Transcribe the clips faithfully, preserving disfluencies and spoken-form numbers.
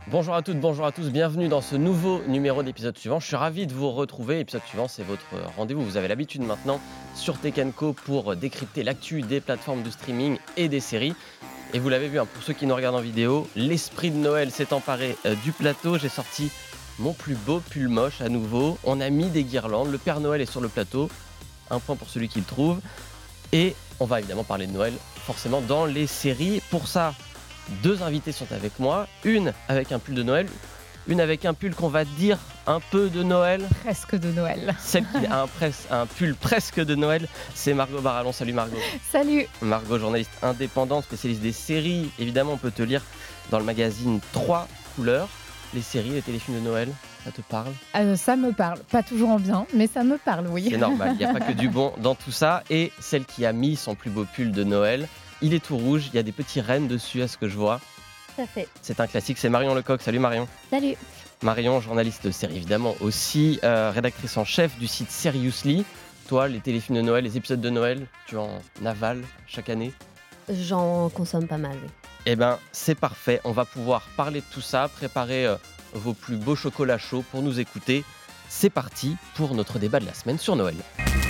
Bonjour à toutes, bonjour à tous, bienvenue dans ce nouveau numéro d'épisode suivant. Je suis ravi de vous retrouver. Épisode suivant, c'est votre rendez-vous. Vous avez l'habitude maintenant sur Tech and Co pour décrypter l'actu des plateformes de streaming et des séries. Et vous l'avez vu, hein, pour ceux qui nous regardent en vidéo, l'esprit de Noël s'est emparé euh, du plateau. J'ai sorti mon plus beau pull moche à nouveau. On a mis des guirlandes. Le Père Noël est sur le plateau. Un point pour celui qui le trouve. Et on va évidemment parler de Noël, forcément, dans les séries. Pour ça, deux invités sont avec moi, une avec un pull de Noël, une avec un pull qu'on va dire un peu de Noël. Presque de Noël. Celle qui a un, pres- un pull presque de Noël, c'est Margot Barallon. Salut Margot. Salut. Margot, journaliste indépendante, spécialiste des séries. Évidemment, on peut te lire dans le magazine Trois Couleurs. Les séries, les téléfilms de Noël, ça te parle ? euh, Ça me parle, pas toujours en bien, mais ça me parle, oui. C'est normal, il n'y a pas que du bon dans tout ça. Et celle qui a mis son plus beau pull de Noël, il est tout rouge, il y a des petits rennes dessus à ce que je vois. Tout à fait. C'est un classique, c'est Marion Lecoq. Salut Marion. Salut. Marion, journaliste de série évidemment, aussi euh, rédactrice en chef du site Seriously. Toi, les téléfilms de Noël, les épisodes de Noël, tu en avales chaque année ? J'en consomme pas mal, oui. Eh ben, c'est parfait, on va pouvoir parler de tout ça, préparer euh, vos plus beaux chocolats chauds pour nous écouter. C'est parti pour notre débat de la semaine sur Noël.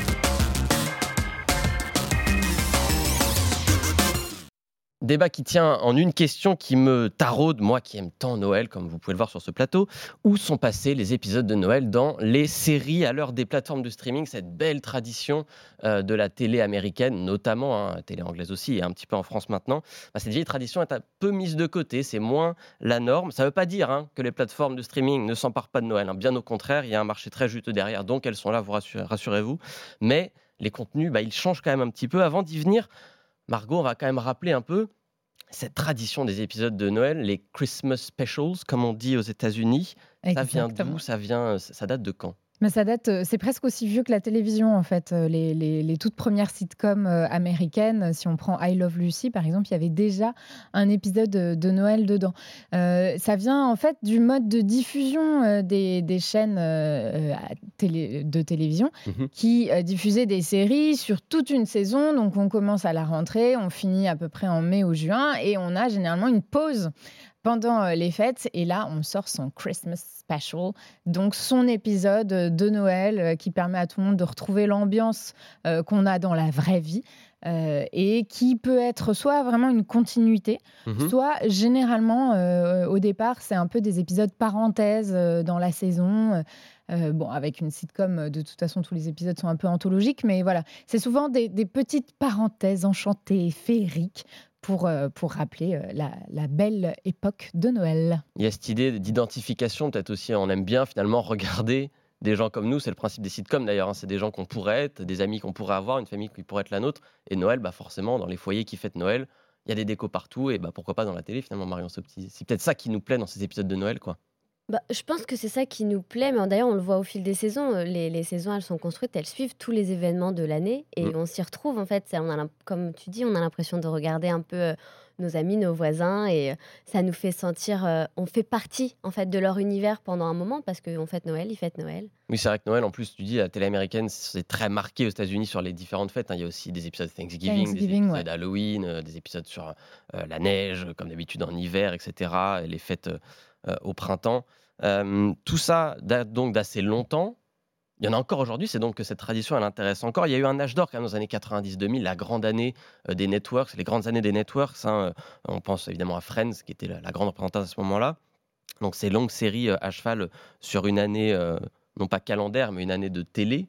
Débat qui tient en une question qui me taraude, moi qui aime tant Noël, comme vous pouvez le voir sur ce plateau. Où sont passés les épisodes de Noël dans les séries à l'heure des plateformes de streaming, cette belle tradition euh, de la télé américaine, notamment, hein, la télé anglaise aussi, et un petit peu en France maintenant. Bah, cette vieille tradition est un peu mise de côté, c'est moins la norme. Ça ne veut pas dire hein, que les plateformes de streaming ne s'emparent pas de Noël. Hein. Bien au contraire, il y a un marché très juteux derrière, donc elles sont là, vous rassurez, rassurez-vous. Mais les contenus, bah, ils changent quand même un petit peu. Avant d'y venir, Margot, on va quand même rappeler un peu cette tradition des épisodes de Noël, les Christmas Specials, comme on dit aux États-Unis. Ça vient d'où ? Ça vient, ça date de quand ? Mais ça date, c'est presque aussi vieux que la télévision en fait. Les, les, les toutes premières sitcoms américaines, si on prend I Love Lucy par exemple, il y avait déjà un épisode de Noël dedans. Euh, ça vient en fait du mode de diffusion des, des chaînes euh, télé, de télévision mm-hmm. qui euh, diffusaient des séries sur toute une saison. Donc on commence à la rentrée, on finit à peu près en mai ou juin et on a généralement une pause pendant les fêtes, et là, on sort son Christmas Special, donc son épisode de Noël qui permet à tout le monde de retrouver l'ambiance euh, qu'on a dans la vraie vie euh, et qui peut être soit vraiment une continuité, mmh. soit généralement, euh, au départ, c'est un peu des épisodes parenthèses euh, dans la saison. Euh, bon, avec une sitcom, de toute façon, tous les épisodes sont un peu anthologiques, mais voilà, c'est souvent des, des petites parenthèses enchantées, féeriques, Pour, euh, pour rappeler euh, la, la belle époque de Noël. Il y a cette idée d'identification, peut-être aussi, on aime bien finalement regarder des gens comme nous, c'est le principe des sitcoms d'ailleurs, hein. C'est des gens qu'on pourrait être, des amis qu'on pourrait avoir, une famille qui pourrait être la nôtre, et Noël, bah forcément, dans les foyers qui fêtent Noël, il y a des décos partout, et bah pourquoi pas dans la télé finalement, Marion Sopti. C'est peut-être ça qui nous plaît dans ces épisodes de Noël, quoi. Bah, je pense que c'est ça qui nous plaît, mais d'ailleurs on le voit au fil des saisons. Les, les saisons, elles sont construites, elles suivent tous les événements de l'année et mmh. on s'y retrouve en fait. Ça, on a, comme tu dis, on a l'impression de regarder un peu euh, nos amis, nos voisins, et euh, ça nous fait sentir, euh, on fait partie en fait de leur univers pendant un moment parce qu'on fête Noël, ils fêtent Noël. Oui, c'est vrai que Noël, en plus, tu dis, la télé américaine, c'est très marqué aux États-Unis sur les différentes fêtes. Hein. Il y a aussi des épisodes Thanksgiving, Thanksgiving des épisodes ouais. Halloween, euh, des épisodes sur euh, la neige, comme d'habitude en hiver, et cetera. Et les fêtes euh, au printemps. Euh, tout ça date donc d'assez longtemps. Il y en a encore aujourd'hui, c'est donc que cette tradition, elle intéresse encore. Il y a eu un âge d'or quand même dans les années quatre-vingt-dix deux mille, la grande année euh, des networks, les grandes années des networks. Hein, euh, on pense évidemment à Friends, qui était la, la grande représentante à ce moment-là. Donc ces longues séries euh, à cheval sur une année, euh, non pas calendaire, mais une année de télé.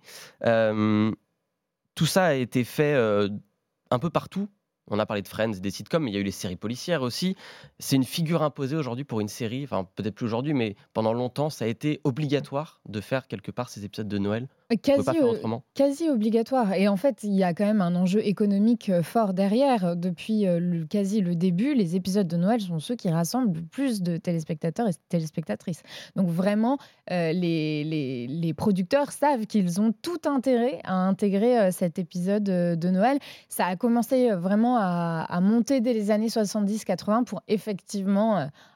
Euh, tout ça a été fait euh, un peu partout. On a parlé de Friends, des sitcoms, mais il y a eu les séries policières aussi. C'est une figure imposée aujourd'hui pour une série, enfin peut-être plus aujourd'hui, mais pendant longtemps, ça a été obligatoire de faire quelque part ces épisodes de Noël. Quasi, euh, quasi obligatoire. Et en fait, il y a quand même un enjeu économique fort derrière. Depuis euh, le, quasi le début, les épisodes de Noël sont ceux qui rassemblent le plus de téléspectateurs et téléspectatrices. Donc vraiment, euh, les, les, les producteurs savent qu'ils ont tout intérêt à intégrer euh, cet épisode euh, de Noël. Ça a commencé vraiment à, à monter dès les années soixante-dix quatre-vingts pour effectivement euh,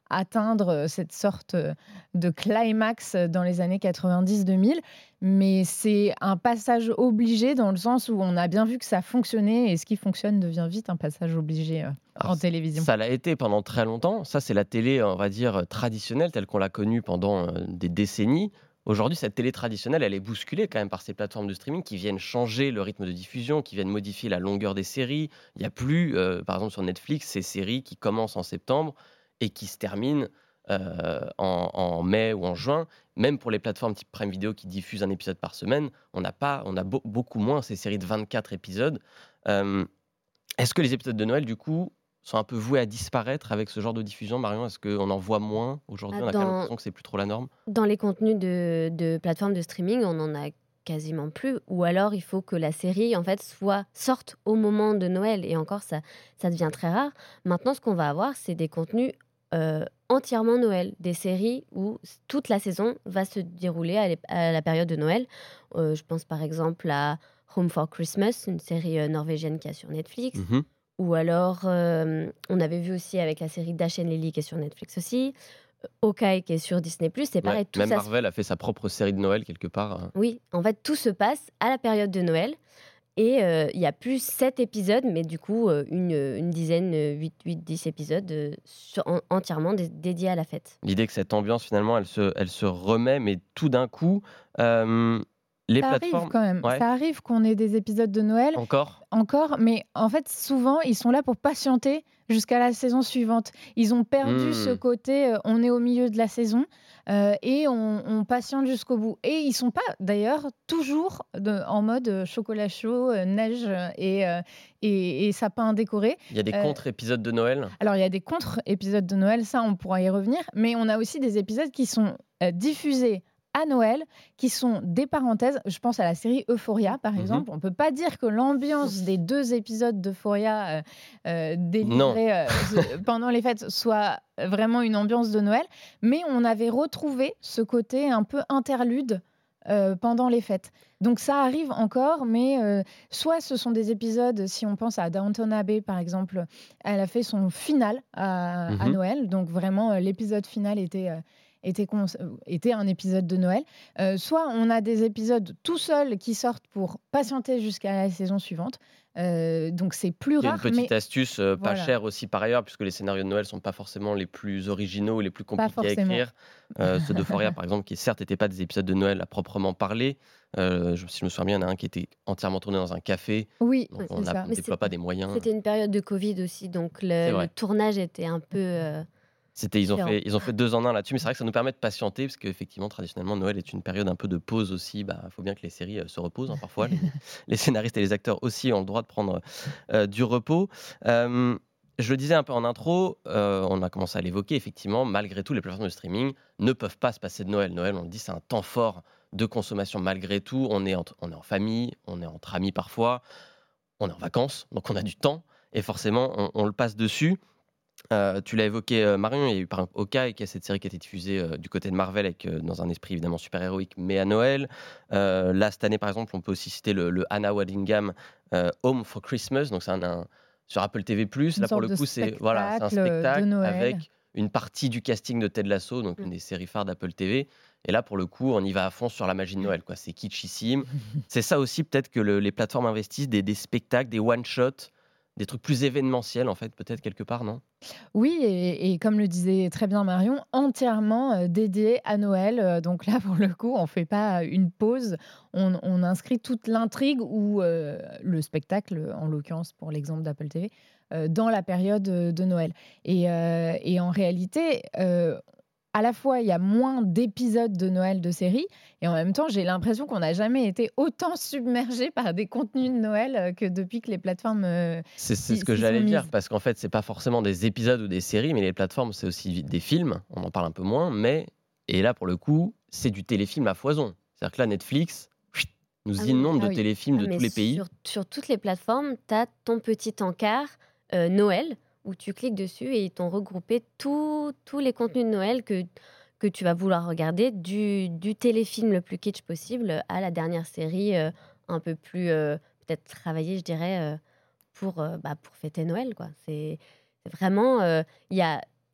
atteindre cette sorte de climax dans les années quatre-vingt-dix deux mille. Mais c'est un passage obligé dans le sens où on a bien vu que ça fonctionnait et ce qui fonctionne devient vite un passage obligé euh, Alors, en télévision. ça l'a été pendant très longtemps. Ça, c'est la télé, on va dire, traditionnelle, telle qu'on l'a connue pendant euh, des décennies. Aujourd'hui, cette télé traditionnelle, elle est bousculée quand même par ces plateformes de streaming qui viennent changer le rythme de diffusion, qui viennent modifier la longueur des séries. Il n'y a plus, euh, par exemple, sur Netflix, ces séries qui commencent en septembre et qui se terminent euh, en, en mai ou en juin. Même pour les plateformes type Prime Video qui diffusent un épisode par semaine, on n'a pas, on a beau- beaucoup moins ces séries de vingt-quatre épisodes. Euh, Est-ce que les épisodes de Noël, du coup, sont un peu voués à disparaître avec ce genre de diffusion, Marion? Est-ce qu'on en voit moins aujourd'hui? Ah, On a quand même Dans, l'impression que c'est plus trop la norme. dans les contenus de, de plateformes de streaming, on en a quasiment plus. Ou alors, il faut que la série, en fait, soit sorte au moment de Noël. Et encore, ça, ça devient très rare. Maintenant, ce qu'on va avoir, c'est des contenus euh, entièrement Noël. Des séries où s- toute la saison va se dérouler à, l'ép- à la période de Noël. Euh, je pense par exemple à Home for Christmas, une série euh, norvégienne qui est sur Netflix. Mhm. Ou alors, euh, on avait vu aussi avec la série Dash and Lily qui est sur Netflix aussi. euh, Hawkeye qui est sur Disney+. C'est Ouais. pareil, tout Même ça se Marvel a fait sa propre série de Noël quelque part. hein. oui, en fait, tout se passe à la période de Noël. Et euh, il y a plus sept épisodes, mais du coup, euh, une, une dizaine, huit, dix épisodes euh, sur- en- entièrement dé- dédiés à la fête. L'idée que cette ambiance, finalement, elle se, elle se remet, mais tout d'un coup, euh, les Ça arrive plateformes... quand même. Ouais, Ça arrive qu'on ait des épisodes de Noël encore. encore, mais en fait, souvent, ils sont là pour patienter jusqu'à la saison suivante. Ils ont perdu ce Hmm. côté, euh, on est au milieu de la saison euh, et on, on patiente jusqu'au bout. Et ils sont pas, d'ailleurs, toujours de- en mode euh, chocolat chaud, euh, neige euh, et, euh, et, et sapin décoré. Il y a des Euh, contre-épisodes de Noël. Alors, il y a des contre-épisodes de Noël, ça, on pourra y revenir, mais on a aussi des épisodes qui sont euh, diffusés à Noël, qui sont des parenthèses. Je pense à la série Euphoria, par Mhm. exemple. On ne peut pas dire que l'ambiance des deux épisodes d'Euphoria euh, euh, Non. délivrés euh, ce- pendant les fêtes soit vraiment une ambiance de Noël, mais on avait retrouvé ce côté un peu interlude euh, pendant les fêtes. Donc ça arrive encore, mais euh, soit ce sont des épisodes, si on pense à Downton Abbey par exemple, elle a fait son final à, à Mhm. Noël, donc vraiment euh, l'épisode final était, euh, était, cons- euh, était un épisode de Noël. Euh, soit on a des épisodes tout seuls qui sortent pour patienter jusqu'à la saison suivante, Euh, donc c'est plus Il y a une rare, petite mais astuce euh, pas voilà, chère aussi par ailleurs, puisque les scénarios de Noël sont pas forcément les plus originaux, les plus pas compliqués à forcément. écrire. Euh, ceux d'Euphoria, par exemple, qui certes n'étaient pas des épisodes de Noël à proprement parler. Euh, je- si je me souviens bien, il y en a un qui était entièrement tourné dans un café. Oui, Donc Ouais, on c'est n'a- ça. on Mais déploie pas des moyens. c'était une période de Covid aussi, donc C'est le, le vrai. tournage était un peu euh, C'était, ils ont différent. fait, ils ont fait deux en un là-dessus, mais c'est vrai que ça nous permet de patienter, parce qu'effectivement, traditionnellement, Noël est une période un peu de pause aussi. Bah, faut bien que les séries euh, se reposent hein, parfois. Les, les scénaristes et les acteurs aussi ont le droit de prendre euh, du repos. Euh, je le disais un peu en intro, euh, on a commencé à l'évoquer, effectivement, malgré tout, les plateformes de streaming ne peuvent pas se passer de Noël. Noël, on le dit, c'est un temps fort de consommation malgré tout. On est, entre- on est en famille, on est entre amis parfois, on est en vacances, donc on a du temps, et forcément, on, on le passe dessus. Euh, tu l'as évoqué, euh, Marion, il y a eu par exemple Hawkeye, qui est cette série qui a été diffusée euh, du côté de Marvel, avec, euh, dans un esprit évidemment super-héroïque, mais à Noël. Euh, là, cette année, par exemple, on peut aussi citer le, le Hannah Waddingham euh, Home for Christmas, donc c'est un, un- sur Apple T V plus. Une Là, pour sorte le de coup, c'est voilà, c'est un spectacle de spectacle Noël. avec une partie du casting de Ted Lasso, donc une des séries phares d'Apple T V. Et là, pour le coup, on y va à fond sur la magie de Noël, quoi. C'est kitschissime. C'est ça aussi, peut-être, que le- les plateformes investissent des, des spectacles, des one-shots, des trucs plus événementiels, en fait, peut-être quelque part, non? Oui, et, et comme le disait très bien Marion, entièrement euh, dédié à Noël. Euh, donc là, pour le coup, on ne fait pas une pause, on, on inscrit toute l'intrigue ou euh, le spectacle, en l'occurrence pour l'exemple d'Apple T V, euh, dans la période euh, de Noël. Et, euh, et en réalité, euh, à la fois, il y a moins d'épisodes de Noël de séries, et en même temps, j'ai l'impression qu'on n'a jamais été autant submergé par des contenus de Noël euh, que depuis que les plateformes euh, C'est c'est s'y ce que s'y j'allais sont dire, mises. parce qu'en fait, c'est pas forcément des épisodes ou des séries, mais les plateformes, c'est aussi des films. On en parle un peu moins, mais et là, pour le coup, c'est du téléfilm à foison. C'est-à-dire que là, Netflix chut, nous Ah oui, inonde Ah de oui. téléfilms Ah, de mais tous les pays. sur, sur toutes les plateformes, tu as ton petit encart euh, Noël où tu cliques dessus et ils t'ont regroupé tous tous les contenus de Noël que, que tu vas vouloir regarder, du, du téléfilm le plus kitsch possible à la dernière série euh, un peu plus euh, peut-être travaillée, je dirais, euh, pour, euh, bah, pour fêter Noël, quoi. C'est c'est vraiment, euh, il y a,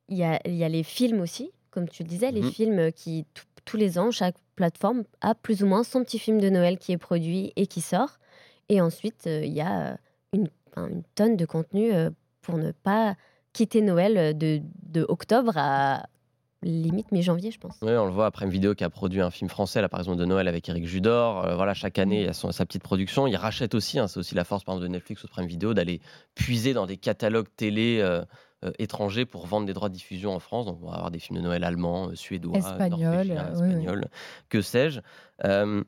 il y a, il y a les films aussi, comme tu le disais, les Mhm. films qui, t- tous les ans, chaque plateforme a plus ou moins son petit film de Noël qui est produit et qui sort. Et ensuite, euh, il y a euh, une, enfin, une tonne de contenu euh, pour ne pas quitter Noël euh, de, de octobre à limite mi-janvier, je pense. Ouais, on le voit après une vidéo qui a produit un film français, là, par exemple de Noël avec Éric Judor. Euh, voilà, chaque année, il y a son- sa petite production. Il rachète aussi, hein, c'est aussi la force par exemple, de Netflix ou de Prime Video, d'aller puiser dans des catalogues télé euh, euh, étrangers pour vendre des droits de diffusion en France. Donc, on va avoir des films de Noël allemands, euh, suédois, Espagnol, norvégiens, euh, oui, oui. espagnols, que sais-je. Euh,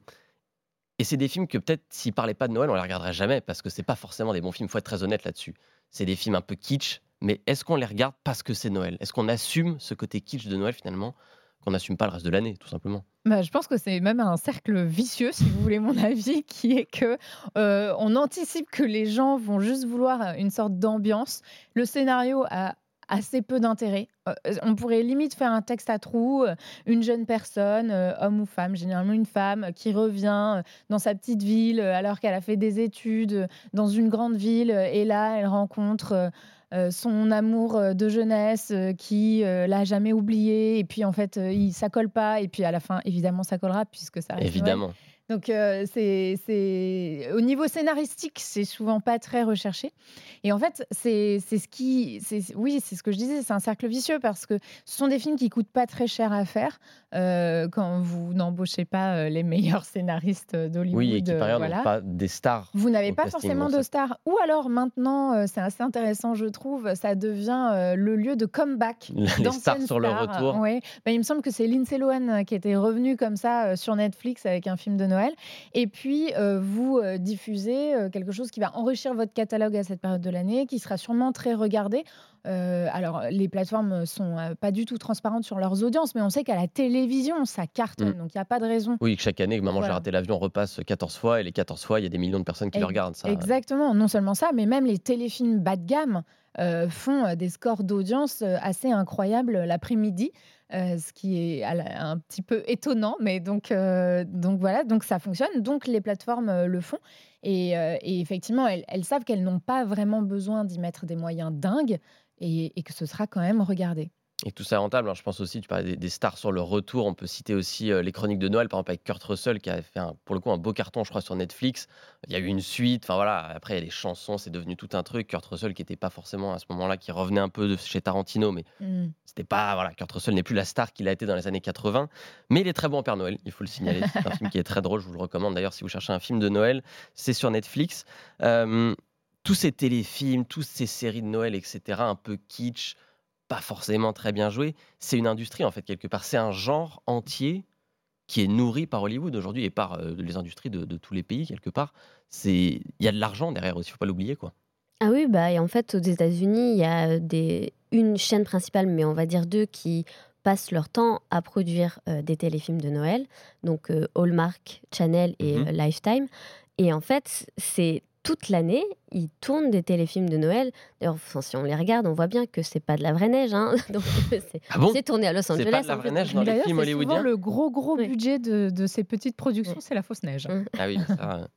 et c'est des films que peut-être s'ils parlaient pas de Noël, on les regarderait jamais parce que c'est pas forcément des bons films. Faut être très honnête là-dessus. C'est des films un peu kitsch, mais est-ce qu'on les regarde parce que c'est Noël? Est-ce qu'on assume ce côté kitsch de Noël finalement, qu'on n'assume pas le reste de l'année, tout simplement? Bah, je pense que c'est même un cercle vicieux, si vous voulez mon avis, qui est que euh, on anticipe que les gens vont juste vouloir une sorte d'ambiance. Le scénario a assez peu d'intérêt. Euh, on pourrait limite faire un texte à trous, euh, une jeune personne, euh, homme ou femme, généralement une femme, euh, qui revient euh, dans sa petite ville euh, alors qu'elle a fait des études euh, dans une grande ville, euh, et là elle rencontre euh, euh, son amour euh, de jeunesse euh, qui euh, l'a jamais oublié, et puis en fait euh, il, ça colle pas, et puis à la fin évidemment ça collera puisque ça reste Noël. Évidemment. Donc euh, c'est, c'est... au niveau scénaristique, c'est souvent pas très recherché. Et en fait, c'est, c'est ce qui, c'est, oui, c'est ce que je disais, c'est un cercle vicieux parce que ce sont des films qui coûtent pas très cher à faire euh, quand vous n'embauchez pas euh, les meilleurs scénaristes d'Hollywood. Oui, et qui par euh, ailleurs voilà. n'ont pas des stars Vous n'avez au pas casting. forcément Donc de ça- stars. Ou alors maintenant, euh, c'est assez intéressant, je trouve, ça devient euh, le lieu de comeback les stars d'anciennes sur le stars. retour. Ouais. Bah, il me semble que c'est Lindsay Lohan euh, qui était revenue comme ça euh, sur Netflix avec un film de Noël. Et puis, euh, vous euh, diffusez euh, quelque chose qui va enrichir votre catalogue à cette période de l'année, qui sera sûrement très regardé. Euh, alors, les plateformes sont euh, pas du tout transparentes sur leurs audiences, mais on sait qu'à la télévision, ça cartonne. Mm. Donc, il n'y a pas de raison. Oui, que chaque année, que Maman, j'ai Voilà. raté l'avion repasse quatorze fois, et les quatorze fois, il y a des millions de personnes qui le Ex- regardent. Ça. Exactement, non seulement ça, mais même les téléfilms bas de gamme euh, font euh, des scores d'audience euh, assez incroyables l'après-midi, euh, ce qui est à la- un petit peu étonnant, mais donc, euh, donc voilà, donc ça fonctionne, donc les plateformes euh, le font. Et, euh, et effectivement, elles, elles savent qu'elles n'ont pas vraiment besoin d'y mettre des moyens dingues, et, et que ce sera quand même regardé. Et tout ça est rentable. Alors, je pense aussi, tu parlais des, des stars sur le retour. On peut citer aussi euh, les Chroniques de Noël, par exemple, avec Kurt Russell, qui a fait un- pour le coup un beau carton, je crois, sur Netflix. Il y a eu une suite. Enfin voilà. Après, il y a les chansons, c'est devenu tout un truc. Kurt Russell, qui n'était pas forcément à ce moment-là, qui revenait un peu de chez Tarantino, mais Mm. c'était pas. Voilà, Kurt Russell n'est plus la star qu'il a été dans les années quatre-vingts. Mais il est très bon en Père Noël, il faut le signaler. C'est un film qui est très drôle. Je vous le recommande d'ailleurs si vous cherchez un film de Noël. C'est sur Netflix. Euh, tous ces téléfilms, toutes ces séries de Noël, et cetera, un peu kitsch, pas forcément très bien joué. C'est une industrie, en fait, quelque part. C'est un genre entier qui est nourri par Hollywood aujourd'hui et par euh, les industries de, de tous les pays, quelque part. C'est... Il y a de l'argent derrière aussi, il ne faut pas l'oublier, quoi. Ah oui, bah, et en fait, aux États-Unis, il y a des, une chaîne principale, mais on va dire deux, qui passent leur temps à produire euh, des téléfilms de Noël, donc euh, Hallmark Channel et Mhm. euh, Lifetime. Et en fait, c'est toute l'année, ils tournent des téléfilms de Noël. D'ailleurs, enfin, si on les regarde, on voit bien que c'est pas de la vraie neige, hein. Donc, c'est, Ah bon c'est tourné à Los C'est Angeles. pas de la en vraie plus. neige dans les D'ailleurs, films c'est souvent hollywoodiens le gros, gros Oui. budget de, de ces petites productions, Mm. c'est la fausse neige. Mm. Ah oui, mais ça, euh,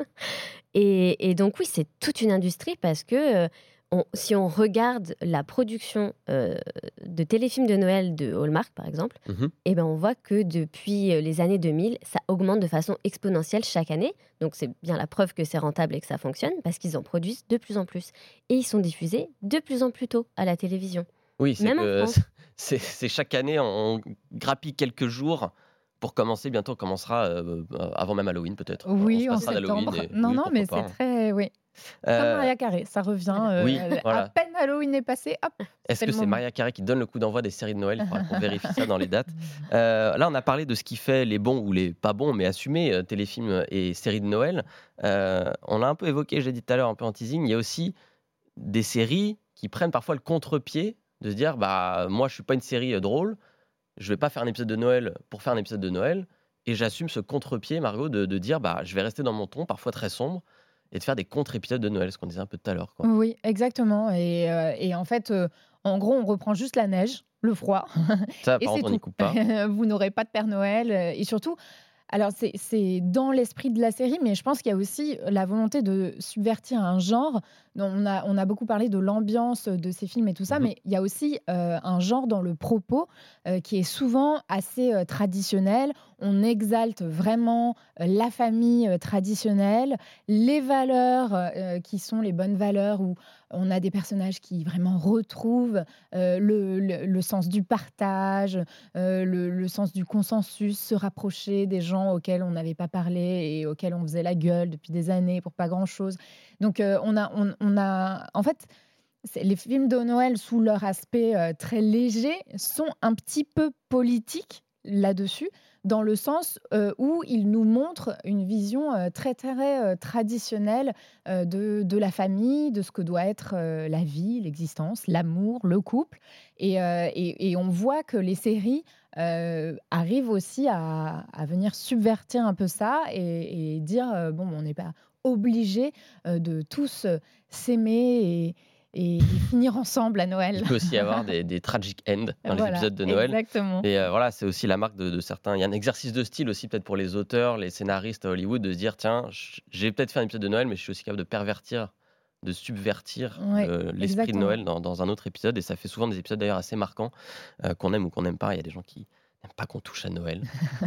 Et, et donc oui, c'est toute une industrie parce que euh, on- si on regarde la production euh, de téléfilms de Noël de Hallmark, par exemple, mhm. eh ben on voit que depuis euh, les années deux mille, ça augmente de façon exponentielle chaque année. Donc c'est bien la preuve que c'est rentable et que ça fonctionne parce qu'ils en produisent de plus en plus. Et ils sont diffusés de plus en plus tôt à la télévision. Oui, c'est Même en que France. c'est, c'est chaque année, on grappille quelques jours pour commencer. Bientôt, on commencera euh, euh, avant même Halloween, peut-être. On Oui, se en passera d'Halloween. septembre. et- Non, oui, non, pourquoi mais pas, c'est hein. très... Oui. Comme Euh, Maria Carré, ça revient. Voilà. euh, Oui, elle- voilà. À peine Halloween est passé, hop, Est-ce c'est que le c'est moment. Maria Carey qui donne le coup d'envoi des séries de Noël? Il faudra qu'on vérifie ça dans les dates. Euh, là, on a parlé de ce qui fait les bons ou les pas bons, mais assumés, euh, téléfilms et séries de Noël. Euh, on l'a un peu évoqué, je l'ai dit tout à l'heure, un peu en teasing. Il y a aussi des séries qui prennent parfois le contre-pied de se dire, bah, moi, je suis pas une série euh, drôle, je vais pas faire un épisode de Noël pour faire un épisode de Noël, et j'assume ce contre-pied, Margot, de, de dire, bah, je vais rester dans mon ton, parfois très sombre, et de faire des contre-épisodes de Noël, ce qu'on disait un peu tout à l'heure, quoi. Oui, exactement. Et, euh, et en fait, euh, en gros, on reprend juste la neige, le froid, Ça, et par c'est contre, on n'y tout. coupe pas. Vous n'aurez pas de Père Noël. euh, Et surtout, Alors, c'est c'est dans l'esprit de la série, mais je pense qu'il y a aussi la volonté de subvertir un genre. Donc, On a, on a beaucoup parlé de l'ambiance de ces films et tout ça, Mhm. mais il y a aussi euh, un genre dans le propos euh, qui est souvent assez euh, traditionnel. On exalte vraiment euh, la famille euh, traditionnelle, les valeurs euh, qui sont les bonnes valeurs, où on a des personnages qui vraiment retrouvent euh, le, le- le sens du partage, euh, le, le sens du consensus, se rapprocher des gens auxquels on n'avait pas parlé et auxquels on faisait la gueule depuis des années pour pas grand-chose. Donc, euh, on a, on, on a, en fait, c'est- les films de Noël, sous leur aspect euh, très léger, sont un petit peu politiques là-dessus, dans le sens euh, où ils nous montrent une vision euh, très très euh, traditionnelle euh, de, de la famille, de ce que doit être euh, la vie, l'existence, l'amour, le couple. Et, euh, et- et on voit que les séries euh, arrivent aussi à, à venir subvertir un peu ça et, et dire, euh, bon, on n'est pas obligé euh, de tous euh, s'aimer et, et finir ensemble à Il Noël. peut aussi y avoir des, des tragic ends dans les Voilà, épisodes de Noël. exactement. Et euh, voilà, c'est aussi la marque de, de certains. Il y a un exercice de style aussi, peut-être pour les auteurs, les scénaristes à Hollywood, de se dire tiens, j- j'ai peut-être fait un épisode de Noël, mais je suis aussi capable de pervertir, de subvertir Ouais, le- l'esprit de exactement. Noël dans, dans un autre épisode. Et ça fait souvent des épisodes d'ailleurs assez marquants, euh, qu'on aime ou qu'on n'aime pas. Il y a des gens qui n'aiment pas qu'on touche à Noël.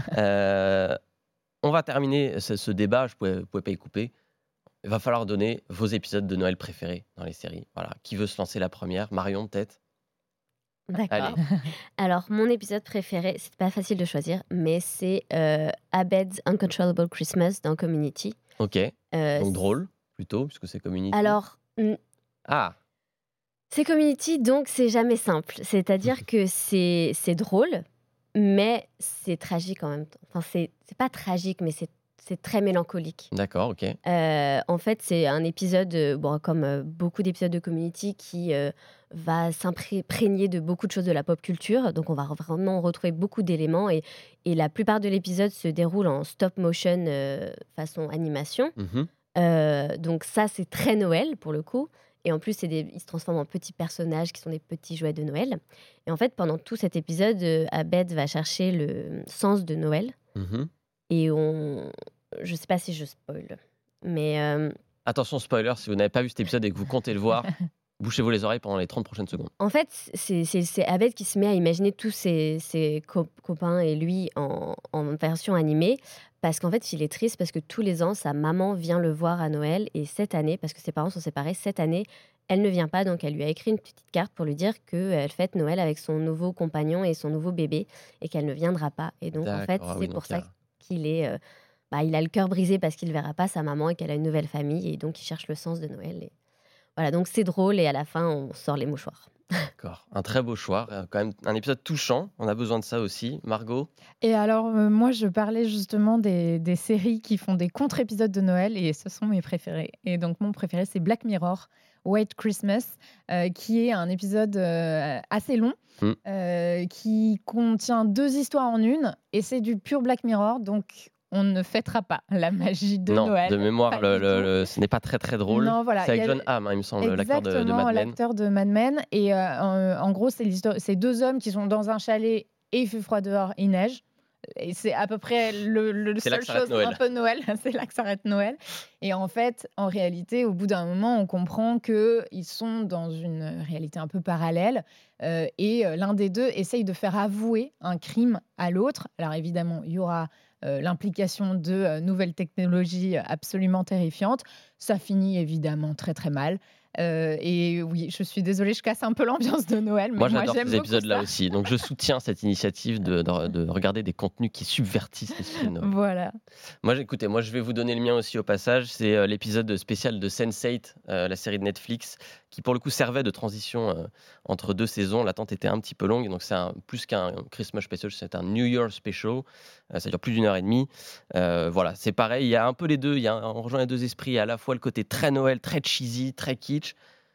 Euh, on va terminer ce, ce débat, je ne pouvais pas y couper. Il va falloir donner vos épisodes de Noël préférés dans les séries. Voilà. Qui veut se lancer la première? Marion, peut-être? D'accord. Allez. Alors, mon épisode préféré, c'est pas facile de choisir, mais c'est euh, Abed's Uncontrollable Christmas dans Community. Ok. Euh, Donc c- drôle, plutôt, puisque c'est Community. alors, mm, Ah, c'est Community, donc c'est jamais simple. C'est-à-dire que c'est c'est drôle, mais c'est tragique en même temps. Enfin, c'est c'est pas tragique, mais c'est c'est très mélancolique. d'accord, ok. Euh, en fait, c'est un épisode, euh, bon, comme euh, beaucoup d'épisodes de Community, qui euh, va s'imprégner de beaucoup de choses de la pop culture. Donc, on va vraiment retrouver beaucoup d'éléments. Et, et la plupart de l'épisode se déroule en stop motion euh, façon animation. Mhm. Euh, donc, ça, c'est très Noël pour le coup. Et en plus, c'est des, ils se transforment en petits personnages qui sont des petits jouets de Noël. Et en fait, pendant tout cet épisode, euh, Abed va chercher le sens de Noël. Mhm. Et on. Je sais pas si je spoil, mais euh, Attention, spoiler, si vous n'avez pas vu cet épisode et que vous comptez le voir, bouchez-vous les oreilles pendant les trente prochaines secondes. en fait, c'est c'est- c'est Abed qui se met à imaginer tous ses, ses co- copains et lui en, en version animée, parce qu'en fait, il est triste parce que tous les ans, sa maman vient le voir à Noël, et cette année, parce que ses parents sont séparés, cette année, elle ne vient pas, donc elle lui a écrit une petite carte pour lui dire qu'elle fête Noël avec son nouveau compagnon et son nouveau bébé, et qu'elle ne viendra pas. Et donc, en fait, D'accord, ah c'est oui, pour donc il y ça a- qu'il est... euh, bah, il a le cœur brisé parce qu'il ne verra pas sa maman et qu'elle a une nouvelle famille, et donc il cherche le sens de Noël. Et voilà, donc c'est drôle, et à la fin, on sort les mouchoirs. D'accord. Un très beau choix, euh, quand même un épisode touchant. On a besoin de ça aussi. Margot? Et alors, euh, moi, je parlais justement des, des séries qui font des contre-épisodes de Noël et ce sont mes préférés. Et donc, mon préféré, c'est Black Mirror, White Christmas, euh, qui est un épisode euh, assez long, Mm. euh, qui contient deux histoires en une et c'est du pur Black Mirror. Donc, on ne fêtera pas la magie de non, Noël. de mémoire, pas le- du le- tout. le- ce n'est pas très très drôle. Non, voilà, C'est il y avec a- John Hamm, hein, il me semble, l'acteur de, de Exactement, Mad Men. l'acteur de Mad Men. Et euh, en, en gros, c'est l'histoire, c'est deux hommes qui sont dans un chalet et il fait froid dehors, il neige. Et c'est à peu près le, le C'est là seule que s'arrête chose Noël. un peu Noël. C'est là que s'arrête Noël. Et en fait, en réalité, au bout d'un moment, on comprend qu'ils sont dans une réalité un peu parallèle. euh, et euh, l'un des deux essaye de faire avouer un crime à l'autre. Alors évidemment, il y aura euh, l'implication de euh, nouvelles technologies absolument terrifiantes. Ça finit évidemment très très mal. Euh, et oui, je suis désolée, je casse un peu l'ambiance de Noël, mais Moi, moi, j'adore j'aime ces beaucoup épisodes-là ça. aussi. Donc, je soutiens cette initiative de, de- de regarder des contenus qui subvertissent l'esprit de Noël. Voilà. Moi, j'ai- écoutez, moi, je vais vous donner le mien aussi au passage. C'est euh, l'épisode spécial de sense eight, euh, la série de Netflix, qui pour le coup servait de transition euh, entre deux saisons. L'attente était un petit peu longue, donc c'est un- plus qu'un Christmas special, c'est un New Year special. Euh, ça dure plus d'une heure et demie. Euh, voilà, c'est pareil. Il y a un peu les deux. Il y a, un- on rejoint les deux esprits. Il y a à la fois le côté très Noël, très cheesy, très kitsch,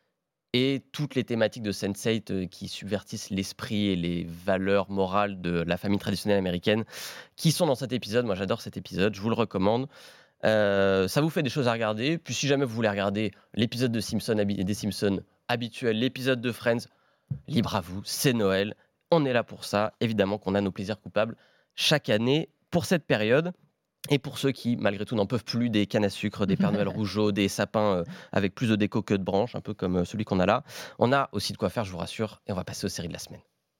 et toutes les thématiques de sense eight euh, qui subvertissent l'esprit et les valeurs morales de la famille traditionnelle américaine qui sont dans cet épisode. Moi, j'adore cet épisode, je vous le recommande. Euh, ça vous fait des choses à regarder. Puis si jamais vous voulez regarder l'épisode de Simpson, habi- des Simpsons habituel, l'épisode de Friends, libre à vous, c'est Noël. On est là pour ça. Évidemment qu'on a nos plaisirs coupables chaque année pour cette période. Et pour ceux qui, malgré tout, n'en peuvent plus des cannes à sucre, des Pères Noël rougeaux, des sapins euh, avec plus de déco que de branches, un peu comme euh, celui qu'on a là, on a aussi de quoi faire, je vous rassure. Et on va passer aux séries de la semaine.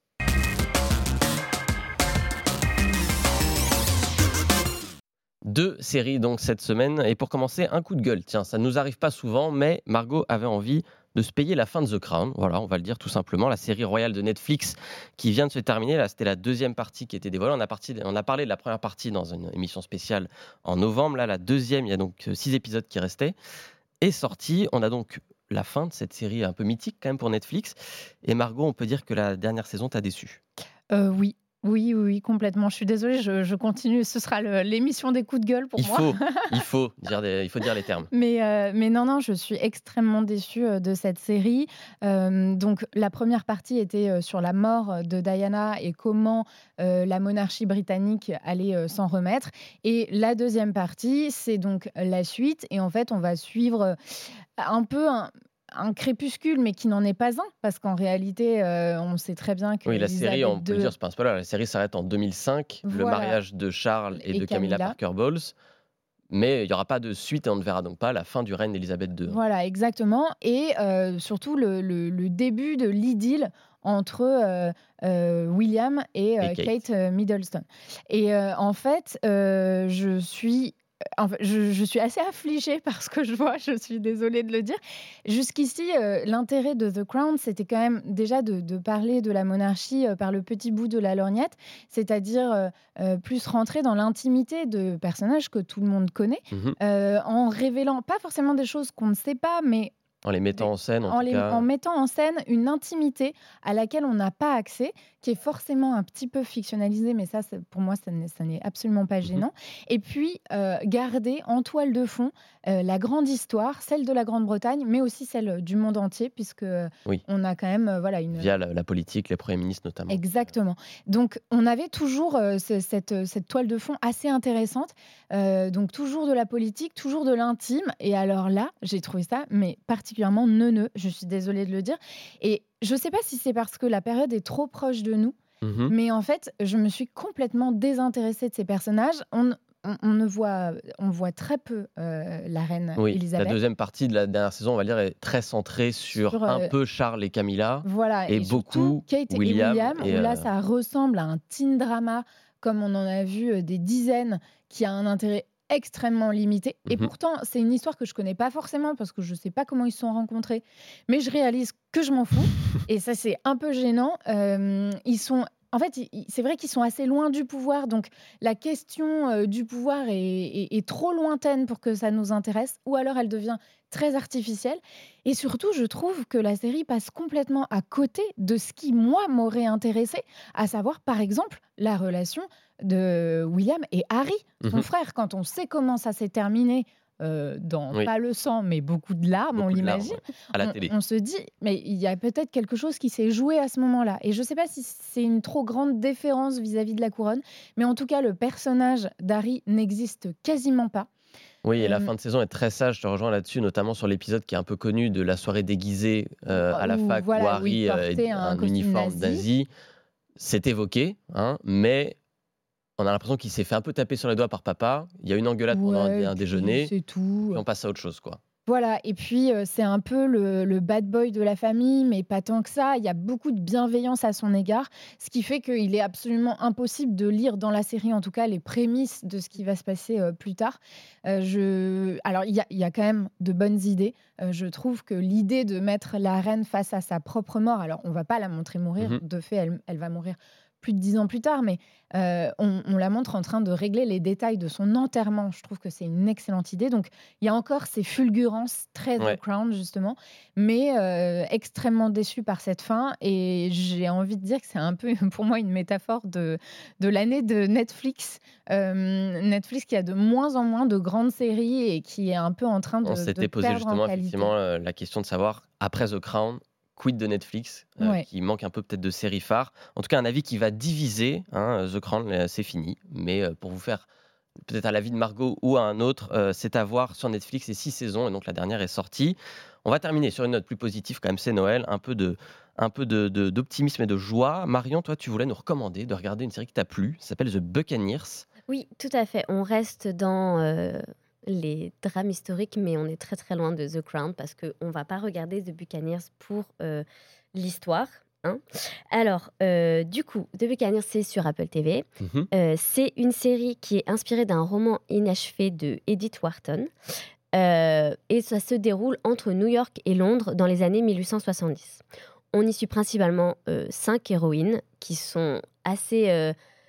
Deux séries donc cette semaine. Et pour commencer, un coup de gueule. Tiens, ça ne nous arrive pas souvent, mais Margot avait envie de se payer la fin de The Crown. Voilà, on va le dire tout simplement. La série royale de Netflix qui vient de se terminer. Là, c'était la deuxième partie qui était dévoilée. On a, parti, on a parlé de la première partie dans une émission spéciale en novembre. Là, la deuxième, il y a donc six épisodes qui restaient, est sortie. On a donc la fin de cette série un peu mythique quand même pour Netflix. Et Margot, on peut dire que la dernière saison t'a déçue. Euh, oui. Oui, oui, oui, complètement. Je suis désolée, je, je continue. Ce sera le- l'émission des coups de gueule pour Il moi. faut, il faut dire, des- il faut dire les termes. Mais, euh, mais non, non, je suis extrêmement déçue euh, de cette série. Euh, donc, la première partie était euh, sur la mort de Diana et comment euh, la monarchie britannique allait euh, s'en remettre. Et la deuxième partie, c'est donc la suite. Et en fait, on va suivre euh, un peu un, un crépuscule, mais qui n'en est pas un, parce qu'en réalité, euh, on sait très bien que Oui, la série, on Elisabeth peut le deux, dire, c'est pas un spoiler, la série s'arrête en deux mille cinq, le voilà, mariage de Charles et et de Camilla Camilla. Parker Bowles, mais il n'y aura pas de suite et on ne verra donc pas la fin du règne d'Elisabeth deux. hein. Voilà, exactement. Et euh, surtout le, le- le début de l'idylle entre euh, euh, William et, Et euh, Kate. Kate euh, Middleton. Et euh, en fait, euh, je suis... En fait, je, je suis assez affligée par ce que je vois, je suis désolée de le dire. Jusqu'ici, euh, l'intérêt de The Crown, c'était quand même déjà de, de parler de la monarchie euh, par le petit bout de la lorgnette, c'est-à-dire euh, euh, plus rentrer dans l'intimité de personnages que tout le monde connaît, Mhm. euh, en révélant pas forcément des choses qu'on ne sait pas, mais En les mettant en scène, en, en, tout les- cas. en mettant en scène une intimité à laquelle on n'a pas accès, qui est forcément un petit peu fictionnalisée, mais ça, c'est- pour moi, ça n'est ça n'est absolument pas Mhm. gênant. Et puis, euh, garder en toile de fond euh, la grande histoire, celle de la Grande-Bretagne, mais aussi celle du monde entier, puisque euh, Oui, on a quand même euh, voilà, une, via la, la politique, les premiers ministres notamment. exactement. Donc, on avait toujours euh, ce- cette, euh, cette toile de fond assez intéressante. Euh, donc, toujours de la politique, toujours de l'intime. Et alors là, j'ai trouvé ça, mais particulièrement neuneux. Je suis désolée de le dire. Et je ne sais pas si c'est parce que la période est trop proche de nous, Mhm. mais en fait, je me suis complètement désintéressée de ces personnages. On, on, on ne voit, on voit très peu euh, la reine Oui, la Elisabeth. deuxième partie de la dernière saison, on va dire, est très centrée sur, Sur, un euh, peu Charles et Camilla, Voilà, et et surtout beaucoup Kate et William. William, et, où là, euh, ça ressemble à un teen drama, comme on en a vu euh, des dizaines, qui a un intérêt extrêmement limité. Et mhm. pourtant, c'est une histoire que je connais pas forcément, parce que je sais pas comment ils se sont rencontrés, mais je réalise que je m'en fous. Et ça, c'est un peu gênant. Euh, ils sont... En fait, ils- ils- c'est vrai qu'ils sont assez loin du pouvoir, donc la question euh, du pouvoir est, est- est trop lointaine pour que ça nous intéresse, ou alors elle devient très artificielle. Et surtout, je trouve que la série passe complètement à côté de ce qui, moi, m'aurait intéressé, à savoir, par exemple, la relation de William et Harry, son Mhm. frère. Quand on sait comment ça s'est terminé, euh, dans Oui. pas le sang, mais beaucoup de larmes, on Beaucoup de larmes, l'imagine, ouais, à la on, télé. on se dit, mais il y a peut-être quelque chose qui s'est joué à ce moment-là. Et je ne sais pas si c'est une trop grande déférence vis-à-vis de la couronne, mais en tout cas, le personnage d'Harry n'existe quasiment pas. Oui, et la Euh, fin de saison est très sage, je te rejoins là-dessus, notamment sur l'épisode qui est un peu connu de la soirée déguisée euh, à la où, fac où voilà, où il Harry euh, portait est un un costume uniforme nazi. nazi. C'est évoqué, hein, mais on a l'impression qu'il s'est fait un peu taper sur les doigts par papa. Il y a une engueulade pendant un, Ouais, un puis déjeuner, c'est tout. puis on passe à autre chose, quoi. Voilà, et puis euh, c'est un peu le, le bad boy de la famille, mais pas tant que ça. Il y a beaucoup de bienveillance à son égard, ce qui fait qu'il est absolument impossible de lire dans la série, en tout cas, les prémices de ce qui va se passer euh, plus tard. Euh, je... Alors, il y a, il y a quand même de bonnes idées. Euh, je trouve que l'idée de mettre la reine face à sa propre mort, alors on va pas la montrer mourir, Mhm. de fait, elle, elle va mourir plus de dix ans plus tard, mais euh, on, on la montre en train de régler les détails de son enterrement. Je trouve que c'est une excellente idée. Donc, il y a encore ces fulgurances très Ouais. The Crown, justement, mais euh, extrêmement déçue par cette fin. Et j'ai envie de dire que c'est un peu, pour moi, une métaphore de, de l'année de Netflix. Euh, Netflix qui a de moins en moins de grandes séries et qui est un peu en train de, On de s'était posé perdre en justement qualité. effectivement euh, la question de savoir, après The Crown, quid de Netflix, euh, Ouais. qui manque un peu peut-être de séries phares. En tout cas, un avis qui va diviser. hein, The Crown, euh, c'est fini. Mais euh, pour vous faire peut-être à l'avis de Margot ou à un autre, euh, c'est à voir sur Netflix, c'est six saisons, et donc la dernière est sortie. On va terminer sur une note plus positive, quand même, c'est Noël, un peu, de, un peu de, de- d'optimisme et de joie. Marion, toi, tu voulais nous recommander de regarder une série qui t'a plu, ça s'appelle The Buccaneers. Oui, tout à fait. On reste dans euh, les drames historiques, mais on est très très loin de The Crown parce qu'on ne va pas regarder The Buccaneers pour euh, l'histoire. Hein. Alors, euh, du coup, The Buccaneers, c'est sur Apple T V. Mhm. Euh, c'est une série qui est inspirée d'un roman inachevé de Edith Wharton. Euh, et ça se déroule entre New York et Londres dans les années mille huit cent soixante-dix. On y suit principalement euh, cinq héroïnes qui sont assez... euh,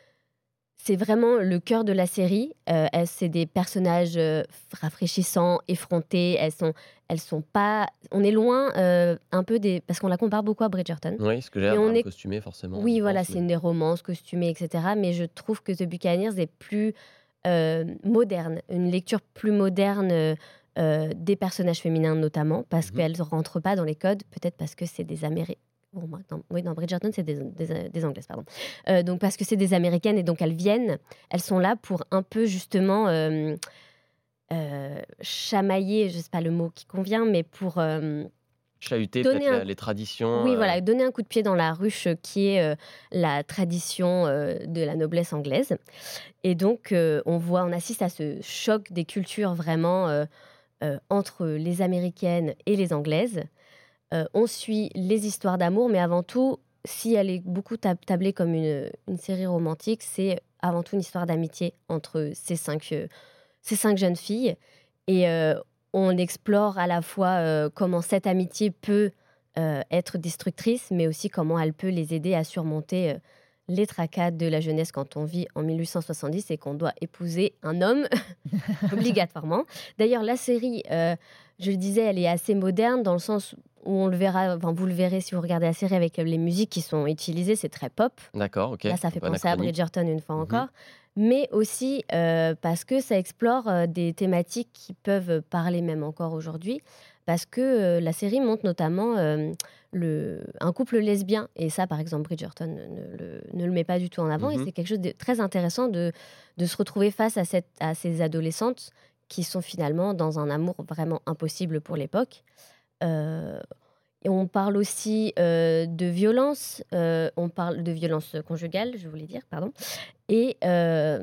c'est vraiment le cœur de la série. Euh, elles- c'est des personnages euh, rafraîchissants, effrontés. Elles sont, elles sont pas... On est loin euh, un peu des... Parce qu'on la compare beaucoup à Bridgerton. Oui, ce que j'ai Mais l'air on d'un est costumé forcément, oui, je voilà, pense, c'est mais une des romances costumées, et cetera. Mais je trouve que The Buccaneers est plus euh, moderne, une lecture plus moderne euh, euh, des personnages féminins notamment, parce Mhm. qu'elles ne rentrent pas dans les codes, peut-être parce que c'est des Américaines. Bon, moi, dans, oui, dans Bridgerton, c'est des, des, des Anglaises, pardon. Euh, donc, parce que c'est des Américaines et donc elles viennent, elles sont là pour un peu justement euh, euh, chamailler, je ne sais pas le mot qui convient, mais pour euh, chahuter peut-être donner un la- les traditions. oui, euh, voilà, donner un coup de pied dans la ruche euh, qui est euh, la tradition euh, de la noblesse anglaise. Et donc, euh, on voit, on assiste à ce choc des cultures vraiment euh, euh, entre les Américaines et les Anglaises. Euh, on suit les histoires d'amour, mais avant tout, si elle est beaucoup tab- tablée comme une, une série romantique, c'est avant tout une histoire d'amitié entre ces cinq, euh, ces cinq jeunes filles. Et euh, on explore à la fois euh, comment cette amitié peut euh, être destructrice, mais aussi comment elle peut les aider à surmonter euh, les tracas de la jeunesse quand on vit en mille huit cent soixante-dix et qu'on doit épouser un homme obligatoirement. D'ailleurs, la série, euh, je le disais, elle est assez moderne dans le sens où on le verra, enfin, vous le verrez si vous regardez la série avec les musiques qui sont utilisées, c'est très pop. D'accord, ok, Là, ça un fait peu penser à anachronique. Bridgerton une fois Mhm. encore, mais aussi euh, parce que ça explore euh, des thématiques qui peuvent parler même encore aujourd'hui, parce que euh, la série montre notamment euh, le, un couple lesbien, et ça, par exemple, Bridgerton ne le, ne le met pas du tout en avant, et Mhm. c'est quelque chose de très intéressant de, de se retrouver face à, cette, à ces adolescentes qui sont finalement dans un amour vraiment impossible pour l'époque. Euh, et on parle aussi euh, de violence, euh, on parle de violence conjugale, je voulais dire, pardon. Et, euh,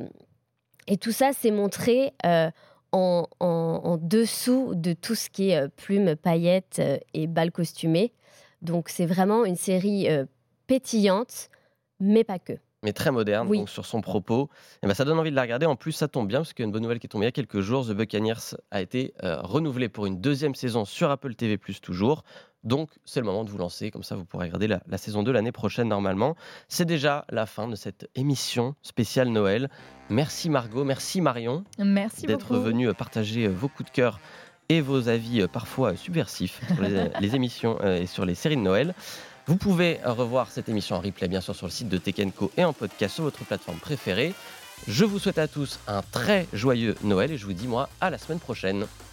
et tout ça, c'est montré euh, en, en- en dessous de tout ce qui est euh, plumes, paillettes euh, et balles costumées. Donc c'est vraiment une série euh, pétillante, mais pas que. Mais très moderne, Oui, donc sur son propos. Et ben, ça donne envie de la regarder. En plus, ça tombe bien, parce qu'il y a une bonne nouvelle qui est tombée il y a quelques jours. The Buccaneers a été euh, renouvelé pour une deuxième saison sur Apple T V plus, toujours. Donc, c'est le moment de vous lancer. Comme ça, vous pourrez regarder la, la saison deux l'année prochaine, normalement. C'est déjà la fin de cette émission spéciale Noël. Merci Margot, merci Marion Merci d'être beaucoup. venus partager euh, vos coups de cœur et vos avis euh, parfois subversifs sur les, les émissions euh, et sur les séries de Noël. Vous pouvez revoir cette émission en replay, bien sûr, sur le site de Tech and Co et en podcast sur votre plateforme préférée. Je vous souhaite à tous un très joyeux Noël et je vous dis, moi, à la semaine prochaine.